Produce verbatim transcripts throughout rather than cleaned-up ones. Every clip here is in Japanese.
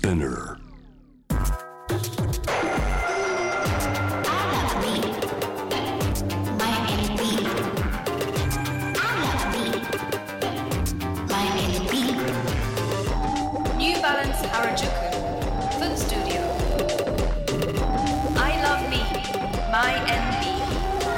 Spinner. New Balance Harajuku Foot Studio. I love me, my エヌビー。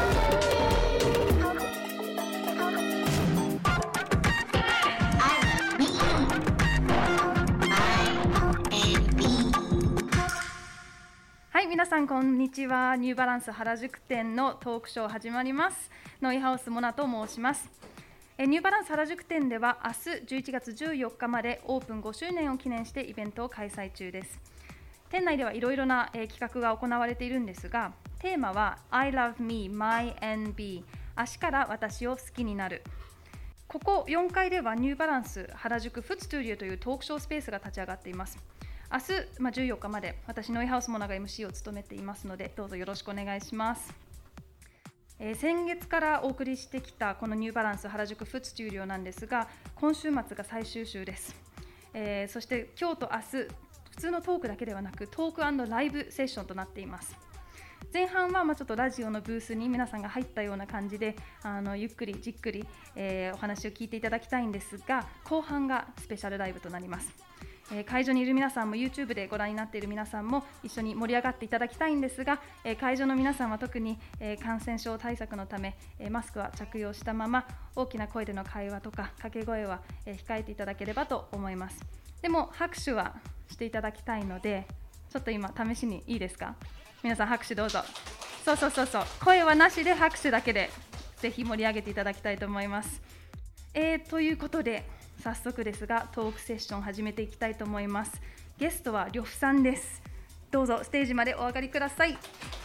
はい、皆さんこんにちは。ニューバランス原宿店のトークショー始まります。ノイハウスモナと申します。えニューバランス原宿店では明日じゅういちがつじゅうよっかまでオープンごしゅうねんを記念してイベントを開催中です。店内ではいろいろな、えー、企画が行われているんですが、テーマは I love me, my エヌビー 明日から私を好きになる。ここよんかいではニューバランス原宿フットスタジオというトークショースペースが立ち上がっています。明日、まあ、じゅうよっかまで私ノイハウスモナが エムシー を務めていますので、どうぞよろしくお願いします。えー、先月からお送りしてきたこのニューバランス原宿フットスタジオなんですが、今週末が最終週です。えー、そして今日と明日、普通のトークだけではなくトーク&ライブセッションとなっています。前半はまあちょっとラジオのブースに皆さんが入ったような感じで、あのゆっくりじっくり、えー、お話を聞いていただきたいんですが、後半がスペシャルライブとなります。えー、会場にいる皆さんも YouTube でご覧になっている皆さんも一緒に盛り上がっていただきたいんですが、えー、会場の皆さんは特に、えー、感染症対策のため、えー、マスクは着用したまま大きな声での会話とか掛け声は、えー、控えていただければと思います。でも拍手はしていただきたいので、ちょっと今試しにいいですか？皆さん拍手どうぞ。そうそうそうそう、声はなしで拍手だけでぜひ盛り上げていただきたいと思います。えー、ということで早速ですがトークセッション始めていきたいと思います。ゲストは呂布さんです。どうぞステージまでお上がりください。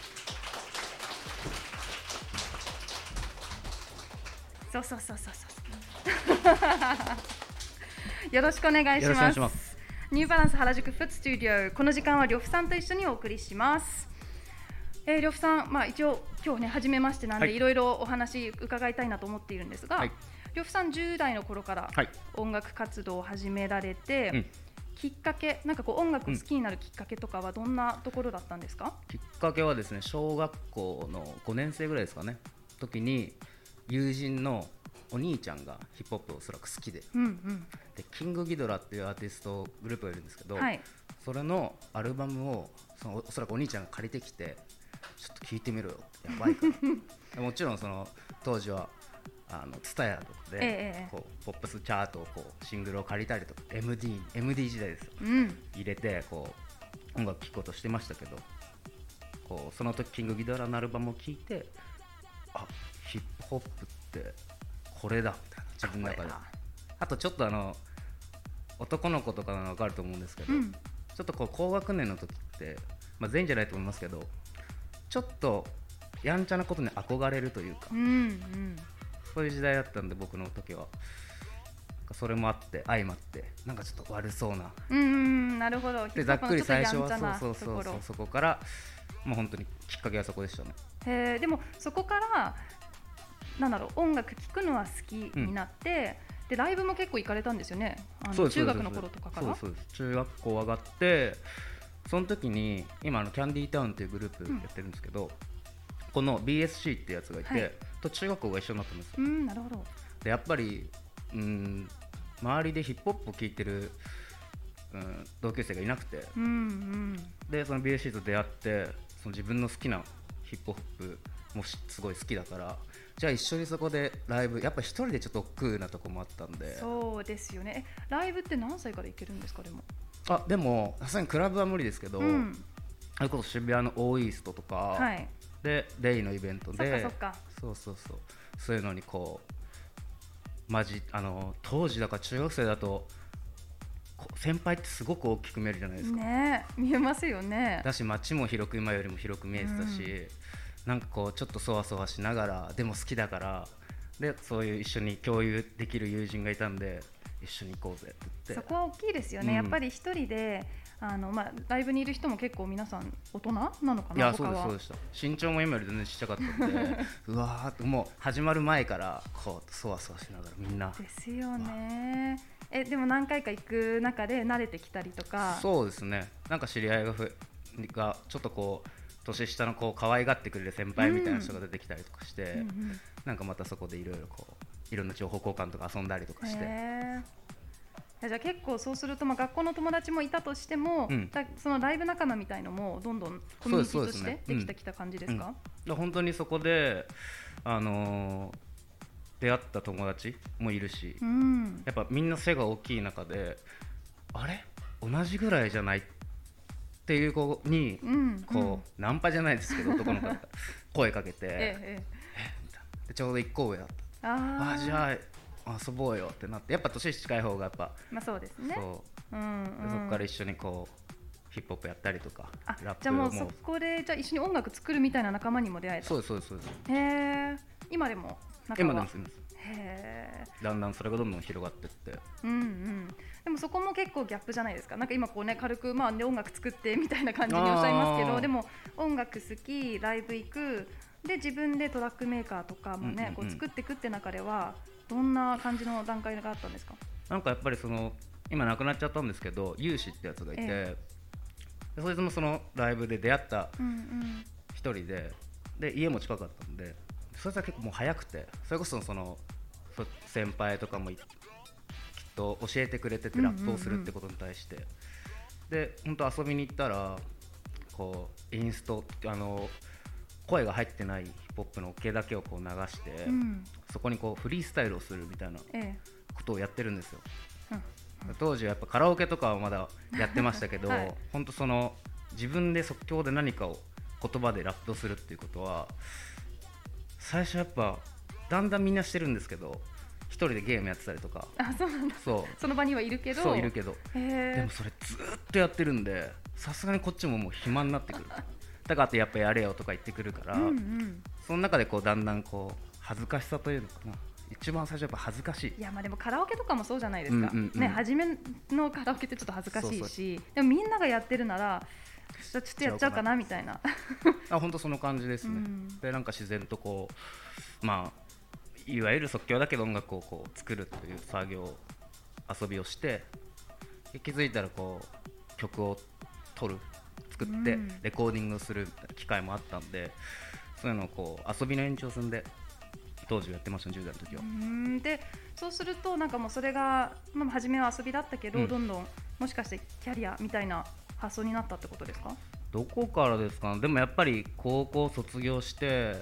そうそうそうそうそうよろしくお願いします。 しますニューバランス原宿フットスタジオ、この時間は呂布さんと一緒にお送りします。えー、呂布さん、まあ、一応今日ね初めましてなんで、はい、いろいろお話伺いたいなと思っているんですが、はい、呂布さんじゅう代の頃から音楽活動を始められて、はい、きっかけ、なんかこう音楽好きになるきっかけとかはどんなところだったんですか？ きっかけはですね、小学校のごねん生ぐらいですかね、時に友人のお兄ちゃんがヒップホップをおそらく好きで、うんうん、でキングギドラっていうアーティストグループがいるんですけど、はい、それのアルバムをそのおそらくお兄ちゃんが借りてきて、ちょっと聴いてみろよ、やばいからもちろんその当時はあのツタヤとかで、ええ、こうポップスチャートをこうシングルを借りたりとか エムディー, エムディー 時代ですよ、うん、入れてこう音楽聴こうとしてましたけど、こうその時キングギドラのアルバムを聴いて、あ、ヒップホップってこれだみたいな、自分の中で。あとちょっとあの男の子とかなの分かると思うんですけど、うん、ちょっとこう高学年の時って、まあ、全員じゃないと思いますけど、ちょっとやんちゃなことに憧れるというか、うんうん、そういう時代だったんで、僕の時はそれもあって相まってなんかちょっと悪そうな、 うん、なるほど。 でざっくり最初はそうそうそうそう、そこからもう本当にきっかけはそこでしたね。 へー、でもそこからなんだろう、音楽聴くのは好きになって、うん、でライブも結構行かれたんですよね。あの中学の頃とかから。 そうそうです、中学校上がってその時に今あのキャンディータウンっていうグループやってるんですけど、うん、この ビーエスシー ってやつがいて、はい、と中学校が一緒になったんですよ。 うん、なるほど。 でやっぱりうーん周りでヒップホップを聴いてる、うん、同級生がいなくて、うんうん、でその ビーエスシー と出会って、その自分の好きなヒップホップもすごい好きだから、じゃあ一緒にそこでライブ、やっぱ一人でちょっと億劫なとこもあったんで。 そうですよね。ライブって何歳から行けるんですか？でもあでもさすがにクラブは無理ですけど、うん、それこそ渋谷のオーイーストとか、はい、でデイのイベントで、 そっかそっか、 そうそうそう、そういうのにこうマジあの当時だから中学生だと先輩ってすごく大きく見えるじゃないですか。 ね、見えますよね。 だし街も広く今よりも広く見えてたし、うん、なんかこうちょっとそわそわしながらでも好きだから、でそういう一緒に共有できる友人がいたんで一緒に行こうぜって言って。 そこは大きいですよね、うん、やっぱり一人であの、まあ、ライブにいる人も結構皆さん大人なのかな。 いやそうですそうでした。身長も今より全然ちっちゃかったんでうわーってもう始まる前からこうそわそわしながらみんなですよね。 えでも何回か行く中で慣れてきたりとか。 そうですね、なんか知り合いがふがちょっとこう年下のこう可愛がってくれる先輩みたいな人が出てきたりとかして、うんうんうん、なんかまたそこでいろいろこういろんな情報交換とか遊んだりとかして。 へー、じゃあ結構そうすると、まあ、学校の友達もいたとしても、うん、だそのライブ仲間みたいのもどんどんコミュニティとしてできてきた感じですか？ うんうん、本当にそこで、あのー、出会った友達もいるし、うん、やっぱみんな背が大きい中であれ同じぐらいじゃないっていう子に、うんこううん、ナンパじゃないですけど男の子が声かけてえええでちょうどいっこ上だった。ああじゃあ遊ぼうよってなって、やっぱ年近い方がやっぱ、 まあそうですね。 そう、うんうん、でそこから一緒にこうヒップホップやったりとか、 あラップをもうじゃあもうそこでじゃあ一緒に音楽作るみたいな仲間にも出会えた。 そうですそうですそうです。 へえ、今でも仲間は。今でもです。 へー、だんだんそれがどんどん広がっていって、 うんうん、でもそこも結構ギャップじゃないですか。なんか今こうね軽く、まあね、音楽作ってみたいな感じにおっしゃいますけど、でも音楽好き、ライブ行くで自分でトラックメーカーとかもね、うんうんうん、こう作っていくって中ではどんな感じの段階があったんですか？ なんかやっぱりその今亡くなっちゃったんですけど、有志ってやつがいて、ええ、そいつもそのライブで出会った一人で、うんうん、で家も近かったんで、そいつは結構もう早くて、それこそその先輩とかもきっと教えてくれてて、ラップをするってことに対して、うんうんうん、で本当遊びに行ったらこうインストあの声が入ってないヒップホップのオケだけをこう流して、うん、そこにこうフリースタイルをするみたいなことをやってるんですよ、ええ、うん、当時はやっぱカラオケとかはまだやってましたけど、はい、本当その自分で即興で何かを言葉でラップをするっていうことは最初やっぱだんだんみんなしてるんですけど、一人でゲームやってたりとか。 あ、そうなんだ。そう、その場にはいるけど。 そういるけど、でもそれずっとやってるんで、さすがにこっちももう暇になってくるだからってやっぱやれよとか言ってくるから、うんうん、その中でこうだんだんこう恥ずかしさというのかな、一番最初やっぱ恥ずかしい。 いや、まあでもカラオケとかもそうじゃないですか、うんうんうん、ね、初めのカラオケってちょっと恥ずかしいし、そうそう、でもみんながやってるならちょっとやっちゃうかなみたいなあ、本当その感じですね、うん、でなんか自然とこう、まあいわゆる即興だけど音楽をこう作るという作業遊びをして、気づいたらこう曲を取る作ってレコーディングする機会もあったんで、そういうのをこう遊びの延長線で当時やってました、じゅう代の時は。 うん、でそうするとなんかもうそれが、まあ、初めは遊びだったけど、うん、どんどんもしかしてキャリアみたいな発想になったってことですか？ どこからですかね。でもやっぱり高校卒業して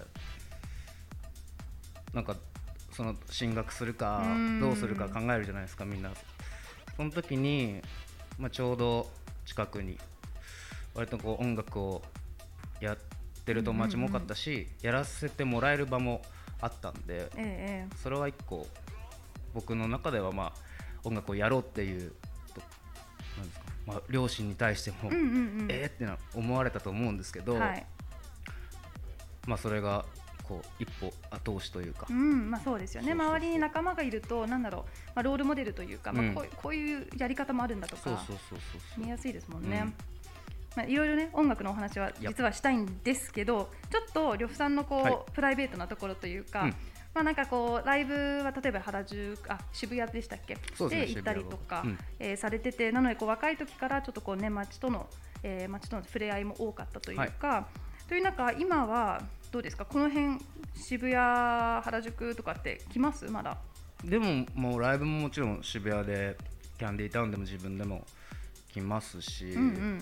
なんかその進学するかどうするか考えるじゃないですか、みんな。その時に、まあ、ちょうど近くに割とこう音楽をやってる友達も多かったし、うんうんうん、やらせてもらえる場もあったんで、ええ、それは一個僕の中ではまあ音楽をやろうっていうなんですか、まあ、両親に対しても、うんうんうん、えーってな思われたと思うんですけど、はい、まあ、それがこう一歩後押しというか、 うん、まあ、そうですよね。そうそうそう、周りに仲間がいるとなんだろう、まあ、ロールモデルというか、うん、まあ、こう、こういうやり方もあるんだとか見やすいですもんね、うん、まあ、いろいろね音楽のお話は実はしたいんですけど、ちょっと呂布さんのこう、はい、プライベートなところというか、うん、まあ、なんかこうライブは例えば原宿あ渋谷でしたっけ、 そうですね、 で行ったりとか、うん、えー、されてて、なのでこう若い時からちょっとこうね街との、えー、街との触れ合いも多かったというか、はい、という中今はどうですか、この辺渋谷原宿とかって来ます？まだ。 でももうライブももちろん渋谷でキャンディータウンでも自分でも来ますし、うんうん、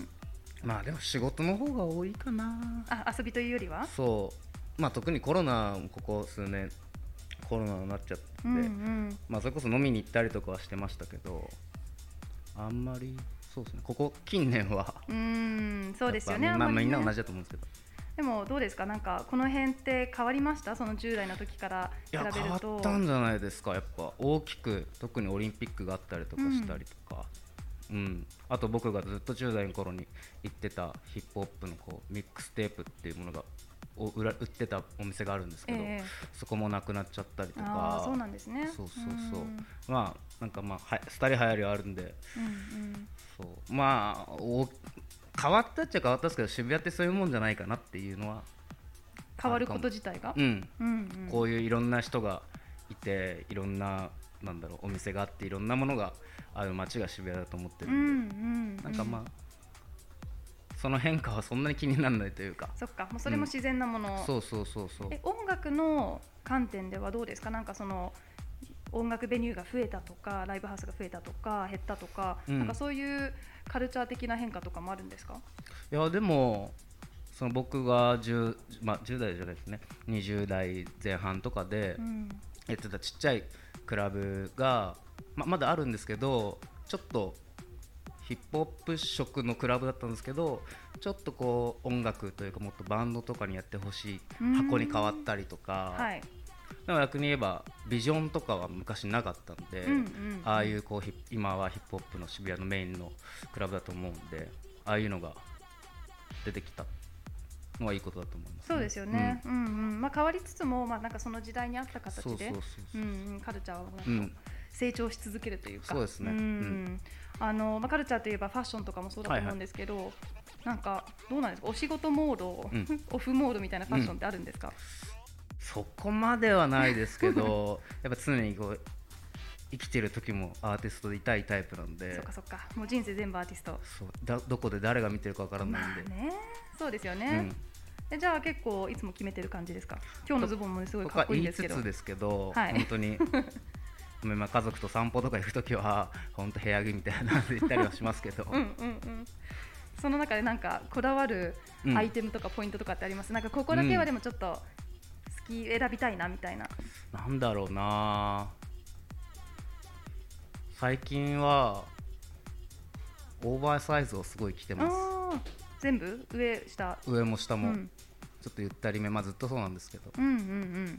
まあでも仕事の方が多いかな。 あ、遊びというよりは。 そう、まあ、特にコロナここ数年コロナになっちゃって、うんうん、まあ、それこそ飲みに行ったりとかはしてましたけど、あんまりそうですね、ここ近年はうーん、そうですよね、 まあ、みんな同じだと思うんですけど。 でもどうですか、なんかこの辺って変わりました？そのじゅう代の時から比べると。 いや、変わったんじゃないですか。やっぱ大きく、特にオリンピックがあったりとかしたりとか、うんうん、あと僕がずっとじゅう代の頃に行ってたヒップホップのこうミックステープっていうものがを売ら売ってたお店があるんですけど、えー、そこもなくなっちゃったりとか。 あ、そうなんですね。 そうそうそう、うまあなんかまあ廃り流行りはあるんで、うんうん、そうまあお変わったっちゃ変わったんですけど、渋谷ってそういうもんじゃないかなっていうのは。 変わること自体が、 うんうんうん、こういういろんな人がいて、いろんななんだろうお店があって、いろんなものがある街が渋谷だと思ってるうんんで、 うんうん、 なんかまあその変化はそんなに気にならないというか。 そっか、もうそれも自然なもの、 うん、そうそうそうそう。 え音楽の観点ではどうですか？なんかその音楽ベニューが増えたとかライブハウスが増えたとか減ったとか、うん、なんかそういうカルチャー的な変化とかもあるんですか？ いやでもその僕が 10,、まあ、じゅう代じゃないですね、にじゅう代前半とかでやってたちっちゃいクラブが、ま, まだあるんですけど、ちょっとヒップホップ色のクラブだったんですけど、ちょっとこう音楽というかもっとバンドとかにやってほしい箱に変わったりとか、はい、でも逆に言えばビジョンとかは昔なかったんで、うんうんうん、ああいうこう今はヒップホップの渋谷のメインのクラブだと思うんで、ああいうのが出てきたのはいいことだと思います、ね、 そうですよね、うんうんうん、まあ、変わりつつも、まあ、なんかその時代に合った形でカルチャーをなんか成長し続けるというか、 そうですね、うんうん、 あのまあ、カルチャーといえばファッションとかもそうだと思うんですけど、はいはい、なんかどうなんですか、お仕事モード、うん、オフモードみたいなファッションってあるんですか？うん、 そこまではないですけどやっぱ常にこう生きてる時もアーティストでいたいタイプなんで。 そっかそっか、もう人生全部アーティスト。 そうだ、どこで誰が見てるかわからないんで、 まあね、そうですよね、うん、じゃあ結構いつも決めてる感じですか？今日のズボンも、ね、すごいかっこいいんですけど。 言いつつですけど、はい、本当に今家族と散歩とか行くときは本当部屋着みたいなので行ったりはしますけどうんうん、うん、 その中でなんかこだわるアイテムとかポイントとかってあります？うん、なんかここだけはでもちょっと好き、選びたいなみたいな。 なんだろうな、最近はオーバーサイズをすごい着てます。 全部上下上も下も、うん、ちょっとゆったりめ、まあ、ずっとそうなんですけど、うんうんうん、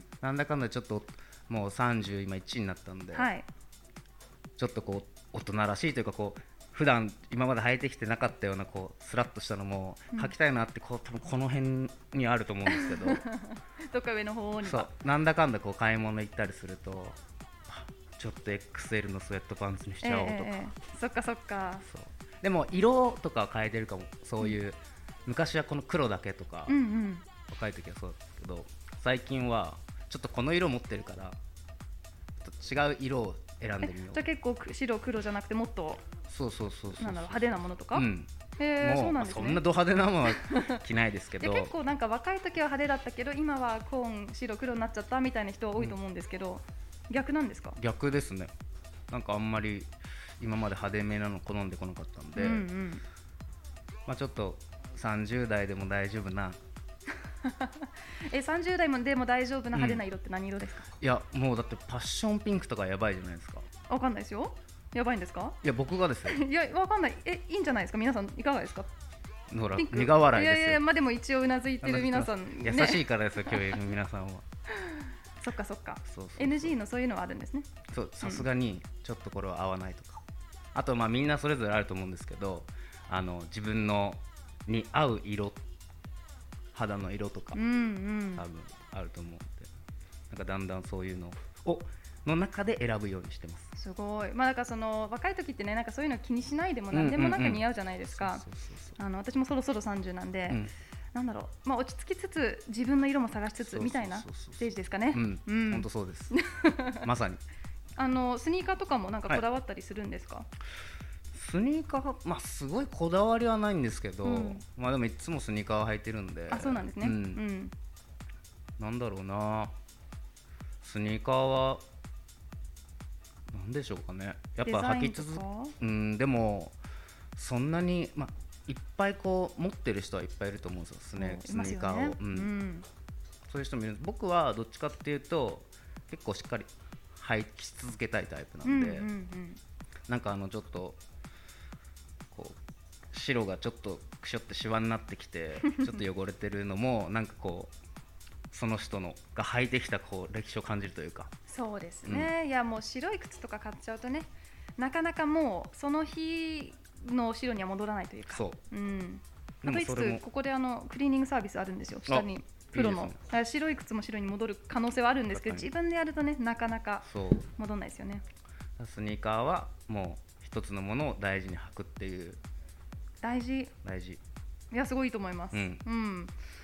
なんだかんだちょっともうさんじゅう今いちになったんで、はい、ちょっとこう大人らしいというか、こう普段今まで履いてきてなかったようなこうスラッとしたのも履きたいなって、こう多分この辺にあると思うんですけどどっか上の方にはそうなんだかんだこう買い物行ったりするとちょっと エックスエル のスウェットパンツにしちゃおうとか、えーえー、そっかそっか。 そうでも色とかは変えてるかも。そういう、うん、昔はこの黒だけとか、うんうん、若い時はそうですけど、最近はちょっとこの色持ってるからちょっと違う色を選んでみよう。 じゃあ結構白黒じゃなくてもっとそうそうそうそう、 なんだろう、派手なものとか、 うん、 へー、 もうそうなんですね。 そんなド派手なものは着ないですけど結構なんか若い時は派手だったけど今はコーン白黒になっちゃったみたいな人は多いと思うんですけど、うん、逆なんですか？ 逆ですね。なんかあんまり今まで派手めなの好んでこなかったんで、うんうん、まあ、ちょっとさんじゅう代でも大丈夫なえさんじゅう代もでも大丈夫な派手な色って何色ですか？ うん、いやもうだってパッションピンクとかやばいじゃないですか。 わかんないですよ。やばいんですか？ いや僕がですよいやわかんない。えいいんじゃないですか？皆さんいかがですか？ ほら苦笑いですよ。 いやいや、まあ、でも一応うなずいてる皆さん、ね、 優しいからですよ今日の皆さんはそっかそっか。 そうそうそうエヌジー のそういうのはあるんですね。 そうさすがにちょっとこれは合わないとか、うん、あとまあみんなそれぞれあると思うんですけど、あの自分のに合う色、肌の色とか、うんうん、多分あると思うんで、なんかだんだんそういうのをの中で選ぶようにしてます。 すごい。まあだからその若い時ってね、なんかそういうの気にしないでも何でもなんか似合うじゃないですか。あの私もそろそろさんじゅうなんで、うん、なんだろう、まあ、落ち着きつつ自分の色も探しつつみたいなステージですかね。 本当そうですまさにあのスニーカーとかもなんかこだわったりするんですか？はい、 スニーカー、まあ、すごいこだわりはないんですけど、うん、まあ、でもいつもスニーカーを履いてるんで。 あ、そうなんですね、うんうん、 なんだろうな、スニーカーはなんでしょうかね、やっぱ履き続け、うん、でもそんなに、まあ、いっぱいこう持ってる人はいっぱいいると思うんですよ、スネ、スニーカーを、うんうん、そういう人もいる。僕はどっちかっていうと結構しっかり履き続けたいタイプなんで、うんうんうん、なんかあのちょっとこう白がちょっとくしょってシワになってきてちょっと汚れてるのもなんかこうその人のが履いてきたこう歴史を感じるというか。 そうですね、うん、いやもう白い靴とか買っちゃうとね、なかなかもうその日の白には戻らないというか。そう、うん、あといつつここであのクリーニングサービスあるんですよ、下にプロの。いいですね、白い靴も白に戻る可能性はあるんですけど、自分でやるとねなかなか戻らないですよね。 スニーカーはもう一つのものを大事に履くっていう。 大事大事。 いやすごいいいと思います、うんうん、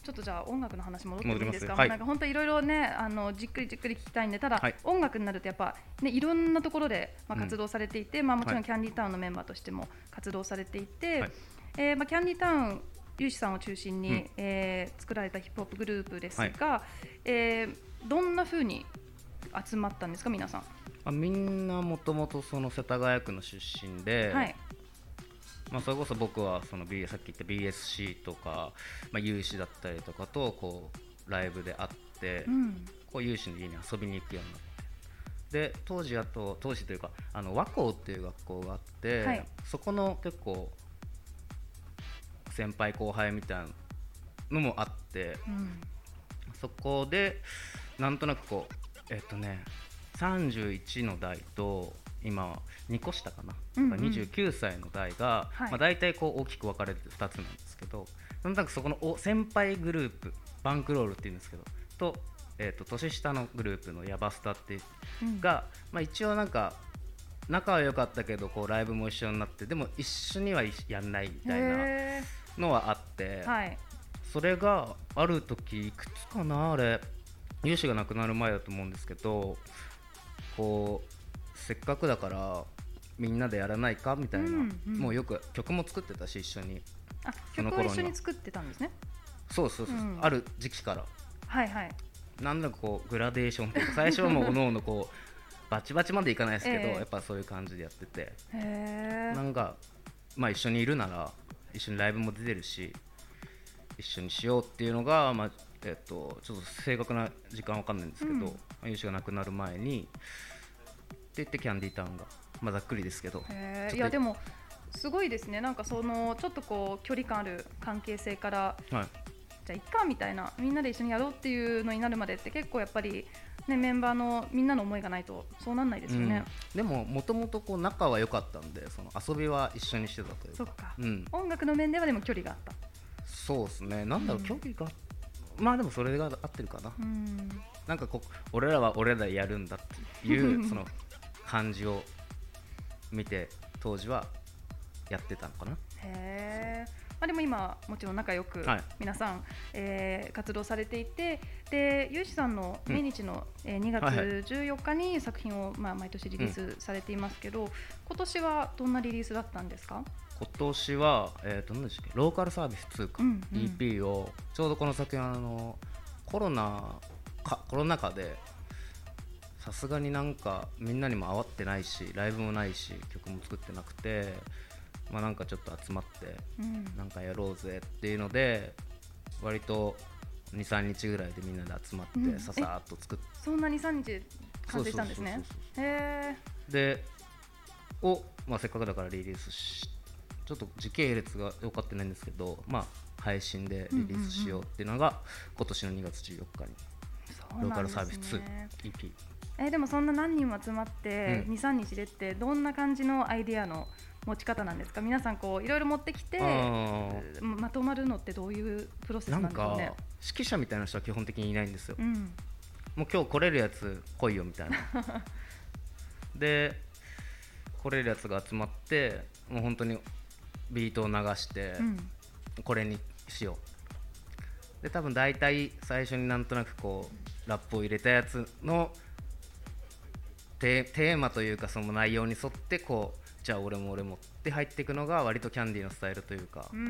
ちょっとじゃあ音楽の話戻ってもいいですか。 はい、 なんか本当いろいろね、あのじっくりじっくり聞きたいんで、ただ、 はい、 音楽になるとやっぱね、いろんなところで、まあ、活動されていて、うん、まあ、もちろんキャンディータウンのメンバーとしても活動されていて、はい、えーまあ、キャンディータウンユウシさんを中心に、うん、えー、作られたヒップホップグループですが、はい、えー、どんな風に集まったんですか皆さん。 あ、みんなもともとその世田谷区の出身で、はい、まあ、それこそ僕はその B さっき言った ビーエスシー とか、まあ、有志だったりとかとこうライブで会って、うん、こう有志の家に遊びに行くようになって、で当時あと当時というかあの和光っていう学校があって、はい、そこの結構先輩後輩みたいなのもあって、うん、そこでなんとなくこうえっとねさんじゅういちの代と今にこ下かな、うんうん、にじゅうきゅうさいの代が、はい、まあ、大体こう大きく分かれてふたつなんですけど、なんとなくそこの先輩グループバンクロールっていうんですけどと、えー、と年下のグループのヤバスタっていうが、うん、まあ、一応なんか仲は良かったけどこうライブも一緒になってでも一緒にはやんないみたいなのはあって、はい、それがある時いくつかな、あれ有志が亡くなる前だと思うんですけど、こうせっかくだからみんなでやらないかみたいな、うんうん、もうよく曲も作ってたし一緒に。 あ、曲を一緒に作ってたんですね。 そうそうそう、うん、ある時期からはいはい、 なんだかこうグラデーションというか最初はもうおのおのこうバチバチまでいかないですけど、えー、やっぱそういう感じでやってて、へー、なんか、まあ、一緒にいるなら一緒にライブも出てるし一緒にしようっていうのが、まあえっと、ちょっと正確な時間わかんないんですけど、有志、うん、が亡くなる前にって言ってキャンディータウンが、まあ、ざっくりですけど。 へー、いやでもすごいですね。なんかそのちょっとこう距離感ある関係性から、はい、じゃあいっかみたいな、みんなで一緒にやろうっていうのになるまでって結構やっぱり、ね、メンバーのみんなの思いがないとそうなんないですよね、 うん、でももともと仲は良かったんでその遊びは一緒にしてたというか。 そっか、うん、音楽の面ではでも距離があった。 そうですね、なんだろう、うん、距離がまあでもそれが合ってるかな、うん、なんかこう俺らは俺らでやるんだっていうその感じを見て当時はやってたのかな。 へー、まあ、でも今もちろん仲良く皆さん、はい、えー、活動されていて、で有志さんの命日の、うん、えー、にがつじゅうよっかに作品を、まあ、毎年リリースされていますけど、うん、今年はどんなリリースだったんですか。 今年は、えー、と何でしたっけ、ローカルサービスにか、うんうん、イーピー をちょうどこの作品はあのコロナかコロナ禍でさすがになんかみんなにも会ってないしライブもないし曲も作ってなくて、まあ、なんかちょっと集まって、うん、なんかやろうぜっていうので割と にさんにちぐらいでみんなで集まって、うん、ささーっと作って、 そんな にさんにちで完成したんですね。へー。でを、まあ、せっかくだからリリースしちょっと時系列が分かってないんですけど、まあ、配信でリリースしようっていうのが今年のにがつじゅうよっかにローカルサービスに イーピー。 えー、でもそんな何人も集まってにさんにちでってどんな感じのアイディアの持ち方なんですか。皆さんこういろいろ持ってきてまとまるのってどういうプロセスなんでしょうね。 なんか指揮者みたいな人は基本的にいないんですよ、うん、もう今日来れるやつ来いよみたいなで来れるやつが集まってもう本当にビートを流して、うん、これにしようで多分大体最初になんとなくこうラップを入れたやつのテ, テーマというかその内容に沿ってこうじゃあ俺も俺もって入っていくのが割とキャンディーのスタイルというか、うんうんうん、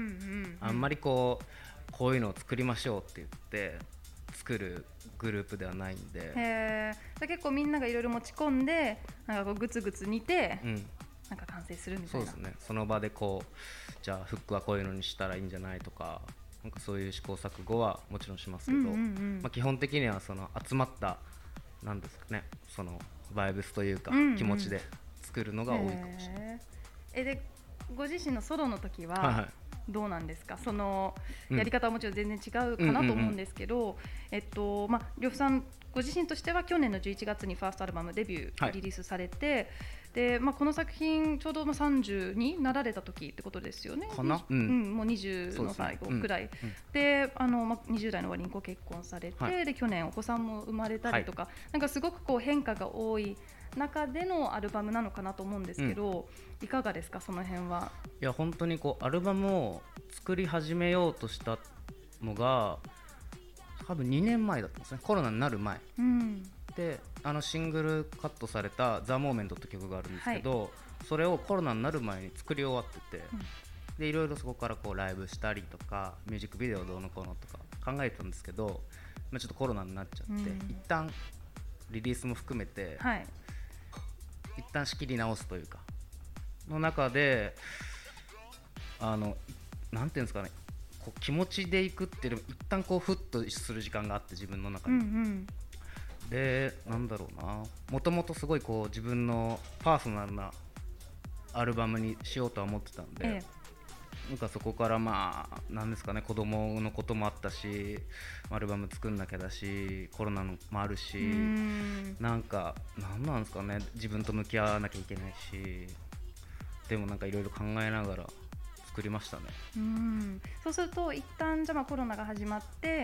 あんまりこうこういうのを作りましょうって言って作るグループではないんで。 へー。結構みんながいろいろ持ち込んでなんかこうグツグツ煮て、うん、なんか完成するみたいな。 そうですね、その場でこうじゃあフックはこういうのにしたらいいんじゃないとか、なんかそういう試行錯誤はもちろんしますけど、うんうんうん、まあ、基本的にはその集まったなんですかね、そのバイブスというか気持ちで作るのが多いかもしれない、うんうん、 えでご自身のソロの時はどうなんですか、はいはい、そのやり方はもちろん全然違うかなと思うんですけど、うんうんうん、えっとまあ、呂布さんご自身としては去年のじゅういちがつにファーストアルバムデビューリリースされて、はい、でまあ、この作品ちょうどさんじゅうになられた時ってことですよね。 かな、うんうん、もうにじゅうの最後くらい で,、うんうん、であの、まあ、にじゅう代の終わりにご結婚されて、はい、で去年お子さんも生まれたりとか、はい、なんかすごくこう変化が多い中でのアルバムなのかなと思うんですけど、うん、いかがですかその辺は。 いや本当にこうアルバムを作り始めようとしたのが多分にねんまえだったんですね、コロナになる前、うん、であのシングルカットされたザ・モーメントって曲があるんですけど、はい、それをコロナになる前に作り終わってて、うん、でいろいろそこからこうライブしたりとかミュージックビデオどうのこうのとか考えてたんですけど、まあ、ちょっとコロナになっちゃって、うん、一旦リリースも含めて、はい、一旦仕切り直すというかの中で、あのなんていうんですかね、こう気持ちでいくっていうよりも一旦こうフッとする時間があって自分の中に、うんうん、でなんだろうな、もともとすごいこう自分のパーソナルなアルバムにしようとは思ってたんで、ええ、なんかそこからまあなんですかね、子供のこともあったしアルバム作んなきゃだしコロナもあるし、んなんかなんなんですかね、自分と向き合わなきゃいけないし、でもなんかいろいろ考えながら作りましたね。 うん、そうすると一旦じゃあまあコロナが始まって、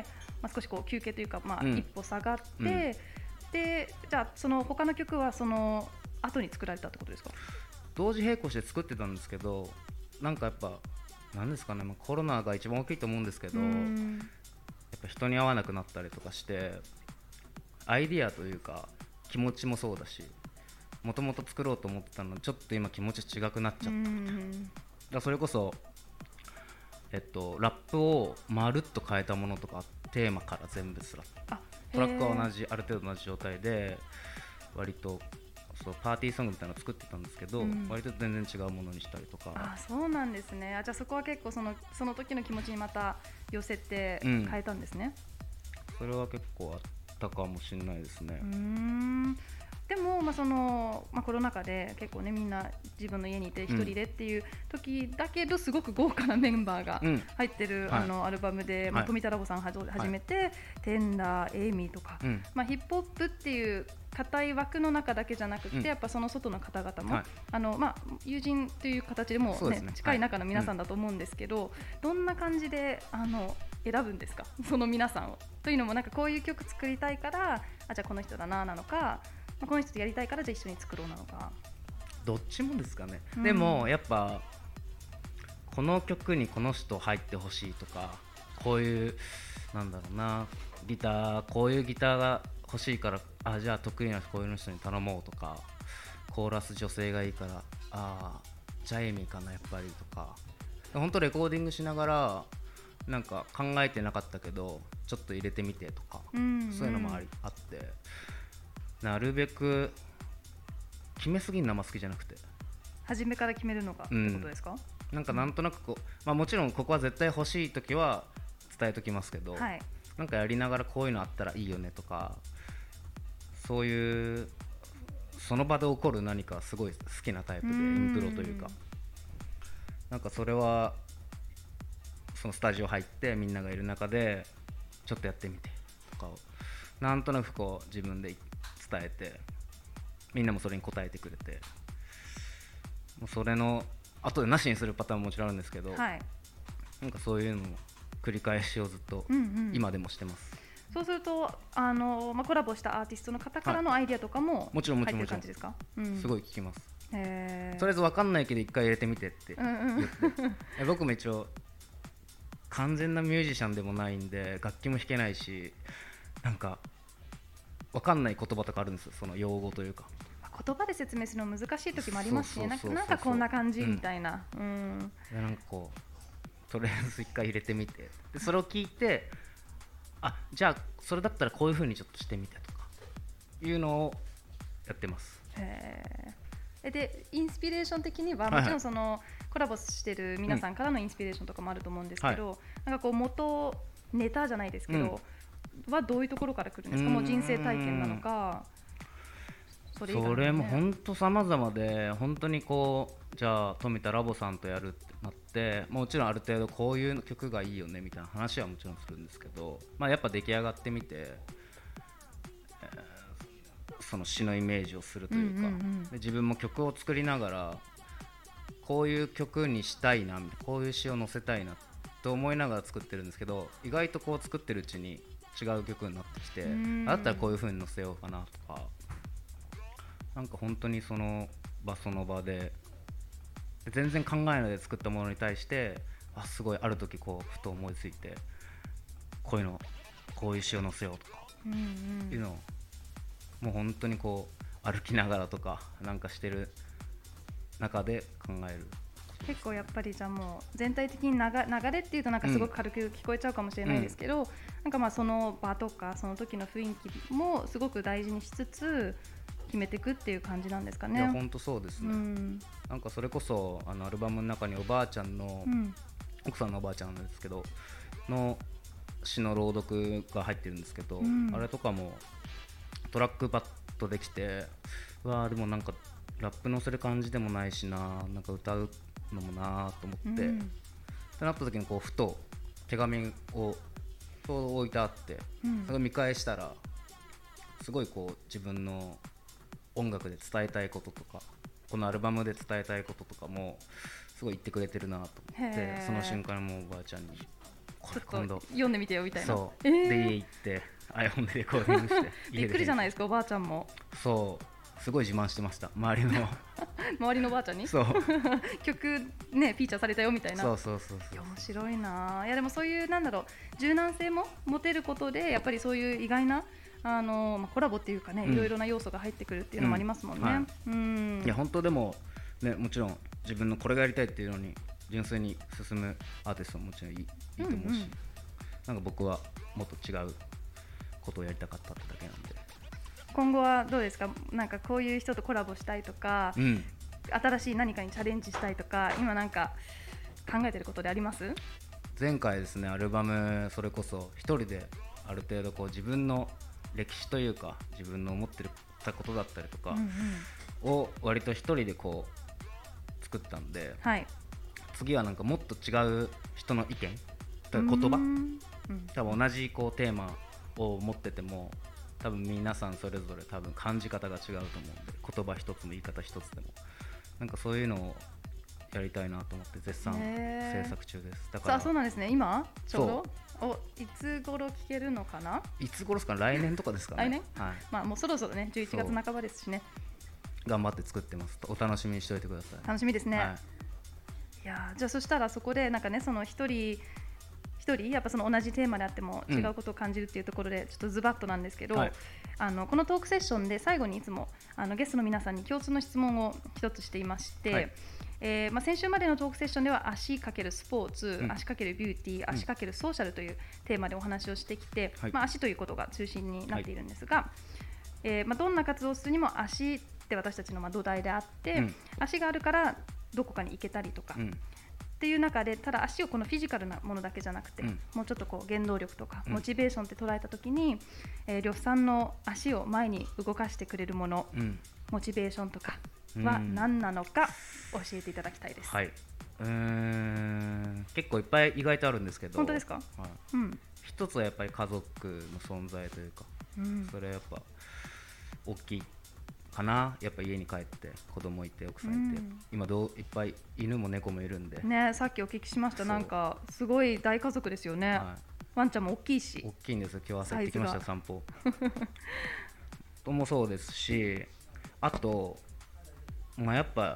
まあ、少しこう休憩というかまあ一歩下がって、うんうん、でじゃあその他の曲はその後に作られたってことですか？ 同時並行して作ってたんですけど、なんかやっぱなんですかね、まあ、コロナが一番大きいと思うんですけど、やっぱ人に会わなくなったりとかしてアイディアというか気持ちもそうだし、もともと作ろうと思ってたのにちょっと今気持ち違くなっちゃった。だそれこそ、えっと、ラップをまるっと変えたものとかテーマから全部スラットラックは同じある程度同じ状態で割とそうパーティーソングみたいなのを作ってたんですけど、うん、割と全然違うものにしたりとか。 あ、そうなんですね。あ、じゃあそこは結構その、その時の気持ちにまた寄せて変えたんですね、 うん、それは結構あったかもしれないですね。 うーん、でも、まあそのまあ、コロナ禍で結構ねみんな自分の家にいて一人でっていう時だけど、すごく豪華なメンバーが入ってる、うん、あのアルバムで、はい、まあ、富田ラボさんはじめて、はい、テンダー、エイミーとか、うん、まあ、ヒップホップっていう固い枠の中だけじゃなくて、うん、やっぱその外の方々も、はい、あのまあ、友人という形でも、ねね、近い仲の皆さんだと思うんですけど、はい、どんな感じであの選ぶんですか、その皆さんを。というのもなんかこういう曲作りたいからあじゃあこの人だななのか、この人とやりたいからじゃあ一緒に作ろうなのか。 どっちもですかね、うん、でもやっぱこの曲にこの人入ってほしいとか、こういうなんだろうな、ギターこういうギターが欲しいからあじゃあ得意なこういう人に頼もうとか、コーラス女性がいいからあじゃあエイミーかなやっぱりとか、本当レコーディングしながらなんか考えてなかったけどちょっと入れてみてとか、うんうん、そういうのもありあって、なるべく決めすぎるのあんま好きじゃなくて、 初めから決めるのがってことですか？ うん、なんかなんとなくこう、まあ、もちろんここは絶対欲しいときは伝えときますけど、はい、なんかやりながらこういうのあったらいいよねとか、そういうその場で起こる何かすごい好きなタイプで、インプロというか、なんかそれはそのスタジオ入ってみんながいる中でちょっとやってみてとかをなんとなくこう自分で伝えて、みんなもそれに応えてくれて、もうそれの後でなしにするパターンももちろんあるんですけど、はい、なんかそういうのを繰り返しをずっと今でもしてます、 うんうん、そうするとあの、まあ、コラボしたアーティストの方からのアイデアとかも入ってる感じですか？ もちろんもちろん、うん、すごい聞きます。へー、とりあえず分かんないけど一回入れてみてって言って、うんうん、僕も一応完全なミュージシャンでもないんで楽器も弾けないし、なんか分かんない言葉とかあるんですよ、その用語というか。 言葉で説明するの難しい時もありますね。なんかこんな感じみたいな、うん、 うん、なんかこうとりあえず一回入れてみて、でそれを聞いてあじゃあそれだったらこういう風にちょっとしてみてとかいうのをやってます。 へー、でインスピレーション的にはもちろんその、はいはい、コラボしてる皆さんからのインスピレーションとかもあると思うんですけど、うん、なんかこう元ネタじゃないですけど、うん、はどういうところから来るんですか？もう人生体験なのか、それ以外のね、 それも本当様々で、本当にこうじゃあ富田ラボさんとやるってなって、もちろんある程度こういう曲がいいよねみたいな話はもちろんするんですけど、まあ、やっぱ出来上がってみて、えー、その詩のイメージをするというか、うんうんうん、で自分も曲を作りながらこういう曲にしたいな、こういう詩を載せたいなと思いながら作ってるんですけど、意外とこう作ってるうちに違う曲になってきて、だったらこういう風に載せようかなとか、なんか本当にその場その場で全然考えないで作ったものに対して、あすごいある時こうふと思いついてこういうのこういう詩を載せようとか、 うんうん、 いうのをもう本当にこう歩きながらとかなんかしてる中で考える。 結構やっぱりじゃあもう全体的に流流れっていうとなんかすごく軽く聞こえちゃうかもしれないですけど、うん、なんかまあその場とかその時の雰囲気もすごく大事にしつつ決めていくっていう感じなんですかね。 いや本当そうですね、うん、なんかそれこそあのアルバムの中におばあちゃんの、うん、奥さんのおばあちゃんなんですけどの詩の朗読が入ってるんですけど、うん、あれとかもトラックパッドできて、うわーでもなんかラップ乗せる感じでもないしな、なんか歌うのもなと思って、うん、ってなった時にこうふと手紙をちょうど置いてあって、うん、それを見返したらすごいこう自分の音楽で伝えたいこととかこのアルバムで伝えたいこととかもすごい言ってくれてるなと思って、その瞬間もうおばあちゃんにこれ今度読んでみてよみたいな。 そう、えー、で家行って iPhone でレコーディングしてびっくりじゃないですかおばあちゃんも。 そうすごい自慢してました周りの周りのおばあちゃんにそう曲ねフィーチャーされたよみたいな。 そうそうそうそう。 いや面白いな。いやでもそういうなんだろう柔軟性も持てることでやっぱりそういう意外なあの、まあ、コラボっていうかね、うん、いろいろな要素が入ってくるっていうのもありますもんね、うんはい、うんいや本当でも、ね、もちろん自分のこれがやりたいっていうのに純粋に進むアーティストももちろんいい、いいと思うし、うんうん、なんか僕はもっと違うことをやりたかったってだけなんで。 今後はどうですか。なんかこういう人とコラボしたいとか、うん、新しい何かにチャレンジしたいとか今なんか考えてることであります？ 前回ですねアルバムそれこそ一人である程度こう自分の歴史というか自分の思ってたことだったりとかを割と一人でこう作ったんで、はい、次はなんかもっと違う人の意見という言葉、うん、多分同じこうテーマを持ってても多分皆さんそれぞれ多分感じ方が違うと思うんで言葉一つの言い方一つでもなんかそういうのをやりたいなと思って絶賛制作中です。だからさあそうなんですね。今ちょうどおいつ頃聞けるのかな。 いつ頃ですか。来年とかですかね。 来年、 はい、 まあもうそろそろねじゅういちがつなかばですしね。 頑張って作ってます。お楽しみにしておいてください。 楽しみですね、はい、いやじゃあそしたらそこでなんかねその一人一人やっぱその同じテーマであっても違うことを感じるっていうところでちょっとズバッとなんですけど、うんはい、あのこのトークセッションで最後にいつもあのゲストの皆さんに共通の質問を一つしていまして、はいえーまあ、先週までのトークセッションでは足×スポーツ、うん、足×ビューティー、足×ソーシャルというテーマでお話をしてきて、うんまあ、足ということが中心になっているんですが、はいえーまあ、どんな活動をするにも足って私たちのまあ土台であって、うん、足があるからどこかに行けたりとか、うんっていう中でただ足をこのフィジカルなものだけじゃなくて、うん、もうちょっとこう原動力とかモチベーションって捉えたときに、うんえー、呂布さんの足を前に動かしてくれるもの、うん、モチベーションとかは何なのか教えていただきたいです。 はい、うーん結構いっぱい意外とあるんですけど。 本当ですか。 はいうん、一つはやっぱり家族の存在というか、うん、それはやっぱ大きいかな。やっぱ家に帰って子供いて奥さんいて、うん、今どういっぱい犬も猫もいるんで、 ね、さっきお聞きしました。なんかすごい大家族ですよね、はい、ワンちゃんも大きいし。 大きいんですよ。今日朝行ってきました散歩ともそうですし、あと、まあ、やっぱ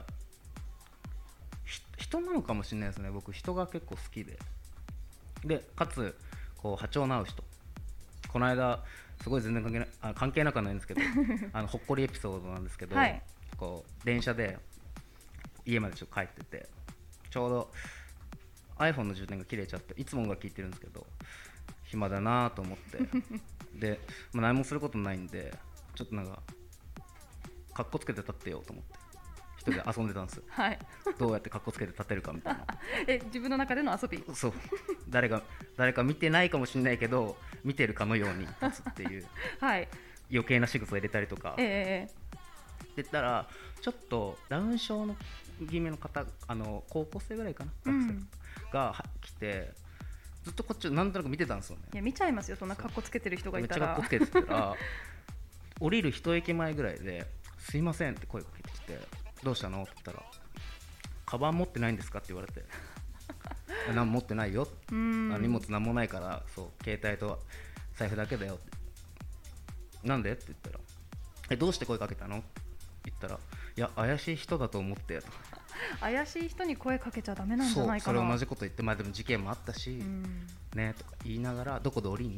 人なのかもしれないですね。僕人が結構好きででかつこう波長の合う人。この間すごい全然関係なあ関係なくはないんですけどあのほっこりエピソードなんですけど、はい、こう電車で家までちょっと帰っててちょうど iPhone の充電が切れちゃっていつも音楽聴いてるんですけど暇だなと思ってで、まあ、何もすることないんでちょっとなんかかっこつけて立ってよと思って一人で遊んでたんですよ、はい、どうやってかっこつけて立てるかみたいなえ自分の中での遊び。 そう誰か誰か見てないかもしれないけど見てるかのように立つっていう、はい、余計な仕草を入れたりとか、えー、って言ったらちょっとダウン症の気味の方あの高校生ぐらいかな、うん、学生が来てずっとこっちをなんとなく見てたんですよね。 いや見ちゃいますよそんなかっこつけてる人がいたら。 めっちゃかっこつけてたら降りる一駅前ぐらいですいませんって声かけてきてどうしたのって言ったらカバン持ってないんですかって言われて何も持ってないようん荷物何もないからそう携帯と財布だけだよってなんでって言ったらえどうして声かけたのって言ったらいや怪しい人だと思ってと怪しい人に声かけちゃダメなんじゃないかな。 そうそれ同じこと言ってまあでも事件もあったしねとか言いながらどこで降りんのみたいな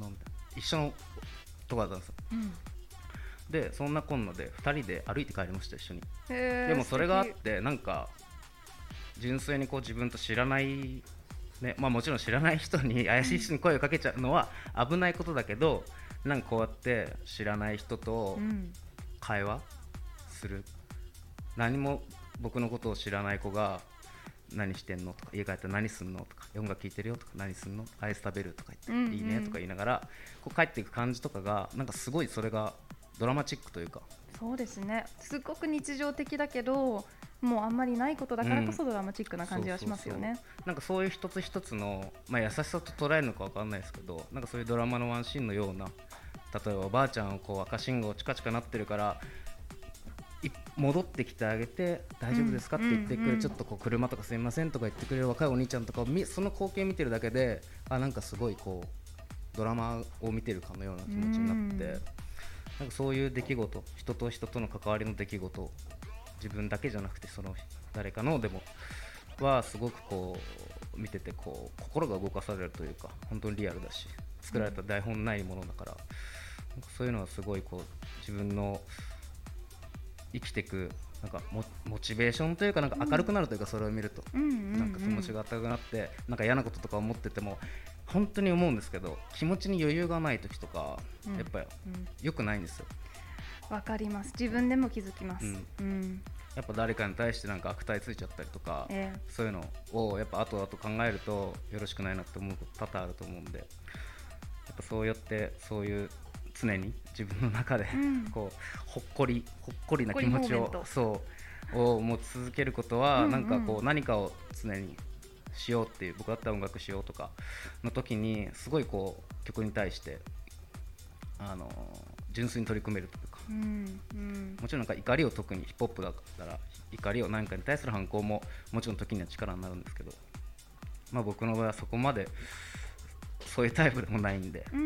一緒のとこだったんですよ、うん、でそんなこんなでふたりで歩いて帰りました一緒に。でもそれがあってなんか純粋にこう自分と知らないね、まあ、もちろん知らない人に怪しい人に声をかけちゃうのは危ないことだけど、なんかこうやって知らない人と会話する、うん、何も僕のことを知らない子が何してんのとか家帰ったら何すんのとか音楽聴いてるよとか何すんのアイス食べるとか言って、うんうん、いいねとか言いながらこう帰っていく感じとかがなんかすごいそれがドラマチックというか。 そうですね、すごく日常的だけどもうあんまりないことだからこそドラマチックな感じはしますよね、うん、そうそうそう、なんかそういう一つ一つの、まあ、優しさと捉えるのか分かんないですけど、なんかそういうドラマのワンシーンのような、例えばおばあちゃんをこう赤信号チカチカなってるから戻ってきてあげて大丈夫ですかって言ってくれる、うんうん、ちょっとこう車とかすいませんとか言ってくれる若いお兄ちゃんとかをその光景見てるだけで、あ、なんかすごいこうドラマを見てるかのような気持ちになって、うん、なんかそういう出来事、人と人との関わりの出来事、自分だけじゃなくてその誰かのでもはすごくこう見ててこう心が動かされるというか、本当にリアルだし作られた台本ないものだから、なんかそういうのはすごいこう自分の生きていくなんか モ, モチベーションというか、なんか明るくなるというか、それを見ると、うん、なんか気持ちが高くなって、なんか嫌なこととか思ってても本当に思うんですけど、気持ちに余裕がない時とか、うん、やっぱり良くないんですよ。わかります、自分でも気づきます、うんうん、 やっぱ誰かに対してなんか悪態ついちゃったりとか、えー、そういうのをやっぱ後々考えるとよろしくないなって思うこと多々あると思うんで、やっぱそうやってそういう常に自分の中で、うん、こうほっこりほっこりな気持ちをそうを持ち続けることは、うん、なんかこう何かを常にしようっていう、僕だったら音楽しようとかの時にすごいこう曲に対してあの純粋に取り組めるというか、うんうん、もちろんなんか怒りを、特にヒップホップだったら怒りを何かに対する反抗ももちろん時には力になるんですけど、まあ、僕の場合はそこまでそういうタイプでもないんで、うんうん、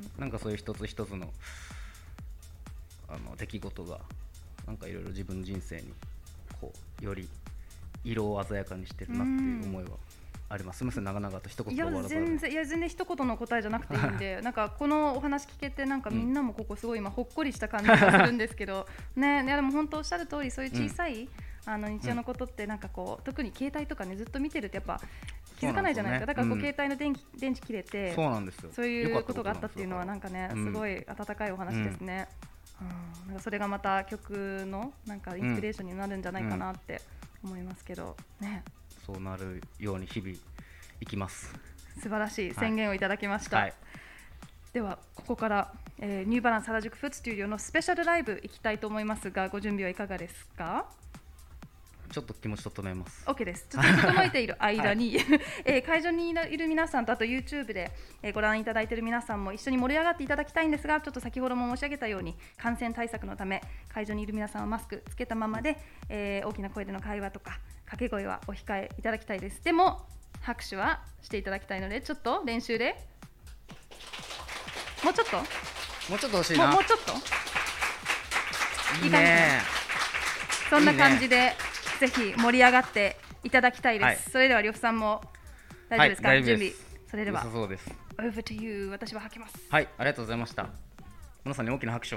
なんかそういう一つ一つの、あの出来事がなんかいろいろ自分の人生にこうより色を鮮やかにしてるなっていう思いはあります。すみません、長々と一言で終わらず。いや全然、いや全然一言の答えじゃなくていいんでなんかこのお話聞けてなんかみんなもここすごい今ほっこりした感じがするんですけどね、いやでも本当おっしゃる通り、そういう小さい、うん、あの日常のことってなんかこう特に携帯とかねずっと見てるとやっぱ気づかないじゃないですか。だからこう携帯の電気、電池切れて、 そうなんですよ、 そういうことがあったっていうのはなんかねすごい温かいお話ですね、うんうん、なんかそれがまた曲のなんかインスピレーションになるんじゃないかなって思いますけどね。 そうなるように日々いきます。 素晴らしい宣言をいただきました、はい、ではここから、えー、ニューバランス原宿フードスタジオのスペシャルライブいきたいと思いますが、ご準備はいかがですか？ ちょっと気持ち整えます。 OK です。ちょっと整えている間に、はいえー、会場にいる皆さんとあと YouTube で、えー、ご覧いただいている皆さんも一緒に盛り上がっていただきたいんですが、ちょっと先ほども申し上げたように感染対策のため会場にいる皆さんはマスクつけたままで、えー、大きな声での会話とか掛け声はお控えいただきたいです。でも拍手はしていただきたいので、ちょっと練習でもうちょっともうちょっと欲しいな。 もう、もうちょっといいね。 そんな感じでいい、ね、ぜひ盛り上がっていただきたいです、はい、それでは呂布さんも大丈夫ですか？はい、準備。それではそうです。 Over to you。 私は吐きます。 はい、ありがとうございました。皆さんに大きな拍手を。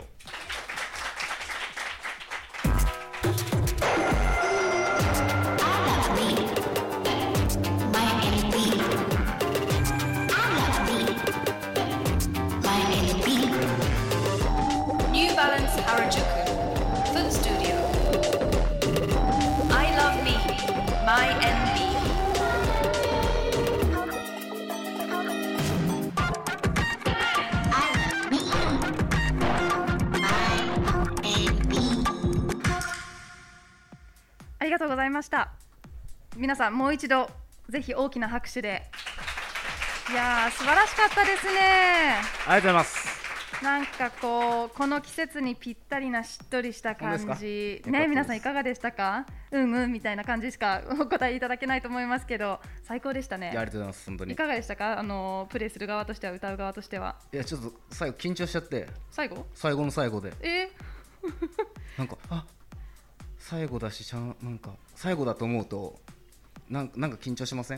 ありがとうございました。皆さんもう一度ぜひ大きな拍手で。いやー素晴らしかったですね。 ありがとうございます。 なんかこうこの季節にぴったりなしっとりした感じね。皆さんいかがでしたか？うんうんみたいな感じしかお答えいただけないと思いますけど、最高でしたね。 いやありがとうございます。本当にいかがでしたか？あのプレイする側としては、歌う側としては。 いやちょっと最後緊張しちゃって。 最後最後の最後でえなんかあ最後だし、ちゃんなんか最後だと思うとなんか、なんか緊張しません？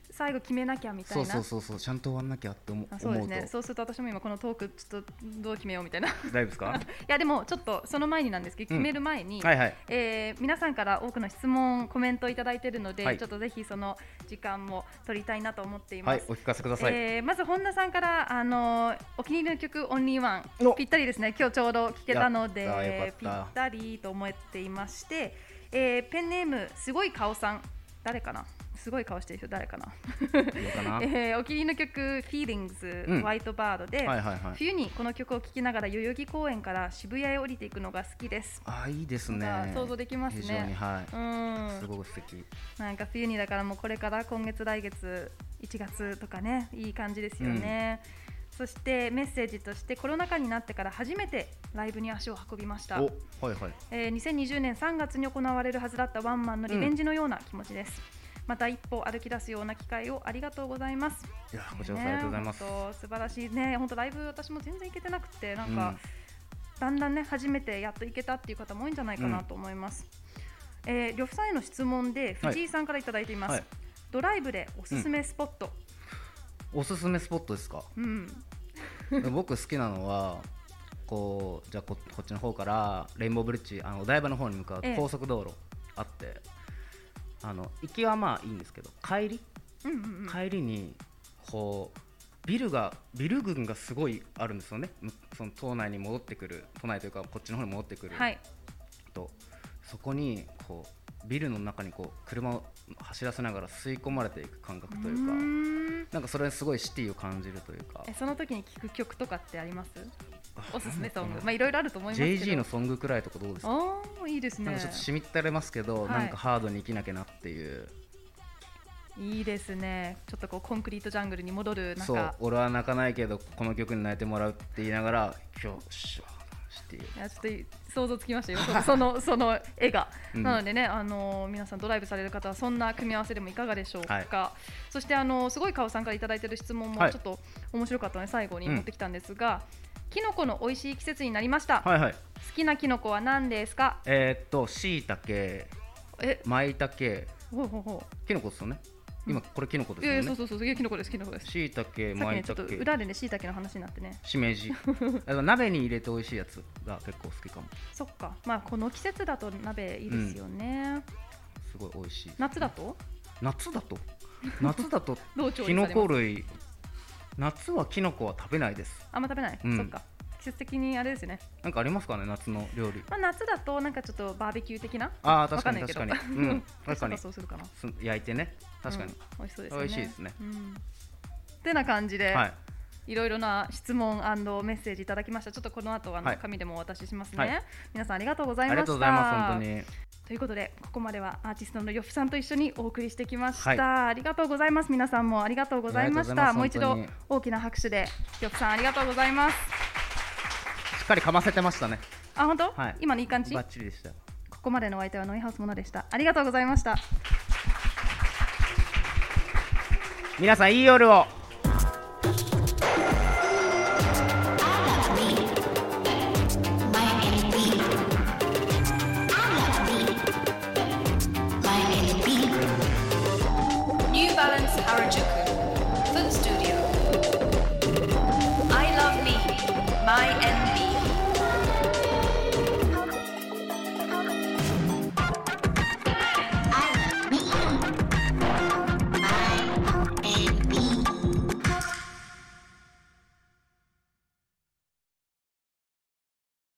最後決めなきゃみたいな。 そうそうそうそう、ちゃんと終わんなきゃって思うと。 そうですね。そうすると私も今このトークちょっとどう決めようみたいな。 大丈夫ですか？ いやでもちょっとその前になんですけど、決める前に、 うんはいはいえー、皆さんから多くの質問コメントいただいているので、 はい、 ちょっとぜひその時間も取りたいなと思っています。 はい、お聞かせください。 えー、まず本田さんからあのお気に入りの曲オンリーワンぴったりですね。今日ちょうど聴けたのでぴったりと思っていまして、えー、ペンネームすごい顔さん、誰かな、すごい顔してる人誰かなえー、お気に入りの曲 Feelings、うん、ホワイトバードで、はいはいはい、冬にこの曲を聴きながら代々木公園から渋谷へ降りていくのが好きです。 あ、いいですね。 想像できますね。 非常に、はい、 うん、 すごく素敵。なんか冬にだからもうこれから今月来月いちがつとかね、いい感じですよね、うん、そしてメッセージとしてコロナ禍になってから初めてライブに足を運びました。 お、はいはい、 えー、にせんにじゅうねんさんがつに行われるはずだったワンマンのリベンジのような気持ちです、うん、また一歩歩き出すような機会をありがとうございます。 いや、こちらこそありがとうございます。 本当素晴らしいね。本当ライブ私も全然行けてなくて、なんか、うん、だんだんね初めてやっと行けたっていう方も多いんじゃないかなと思います、うん、えー、呂布さんへの質問で藤井さんからいただいています、はいはい、ドライブでおすすめスポット、 うん、おすすめスポットですか、うん、僕好きなのはこうじゃあ こ, こっちの方からレインボーブリッジ、あのお台場の方に向かう高速道路あって、ええ、あの行きはまあいいんですけど、帰り、うんうんうん、帰りにこうビルがビル群がすごいあるんですよね。その島内に戻ってくる、都内というかこっちの方に戻ってくる、はい、とそこにこうビルの中にこう車を走らせながら吸い込まれていく感覚というか、うーん、なんかそれすごいシティを感じるというか。 え、その時に聴く曲とかってあります？おすすめソング、まあいろいろあると思いますけどジェイジー のソングくらいとかどうですか？ あ、いいですね。 なんかちょっとしみったれますけど、はい、なんかハードに生きなきゃなっていう。 いいですね。ちょっとこうコンクリートジャングルに戻る。なんかそう、俺は泣かないけどこの曲に泣いてもらうって言いながら今日しいやちょっと想像つきましたよそのその絵が、うん、なのでね、あのー、皆さんドライブされる方はそんな組み合わせでもいかがでしょうか、はい、そしてあのー、すごい顔さんからいただいている質問もちょっと面白かったので最後に持ってきたんですが、うん、キノコの美味しい季節になりました、はいはい、好きなキノコは何ですか？ えー、っとしいたけ、まいたけ、 ほうほうほう、 キノコですよね。今これキノコですよね。 いやいや、そうそうそう、キノコです、キノコです。 しいたけ、まいたけ、 ちょっと裏でね、しいたけの話になってね。 しめじ。鍋に入れて美味しいやつが結構好きかも。 そっか、まあこの季節だと鍋いいですよね。うん、 すごい美味しい。 夏だと？ 夏だと？夏だとキノコ類。夏はキノコは食べないです。 あんま食べない。うん、そっか。季節的にあれですね。 なんかありますかね、夏の料理。 まあ、夏だとなんかちょっとバーベキュー的な。 ああ、確かに確かに。うん、確かに。 そうするかな。 焼いてね。確かに。 うん、美味しそうですね。 美味しいですね。 うん、ってな感じで、はい、いろいろな質問&メッセージいただきました。ちょっとこの後あの、はい、紙でもお渡ししますね、はい。皆さんありがとうございました。ありがとうございます。本当に。ということでここまではアーティストの呂布さんと一緒にお送りしてきました、はい、ありがとうございます。皆さんもありがとうございました。もう一度大きな拍手で呂布さんありがとうございます。 しっかりかませてましたね。 あ、本当？ はい、 今のいい感じ？ バッチリでした。 ここまでのお相手はノイハウスモナでした。ありがとうございました。 皆さんいい夜を。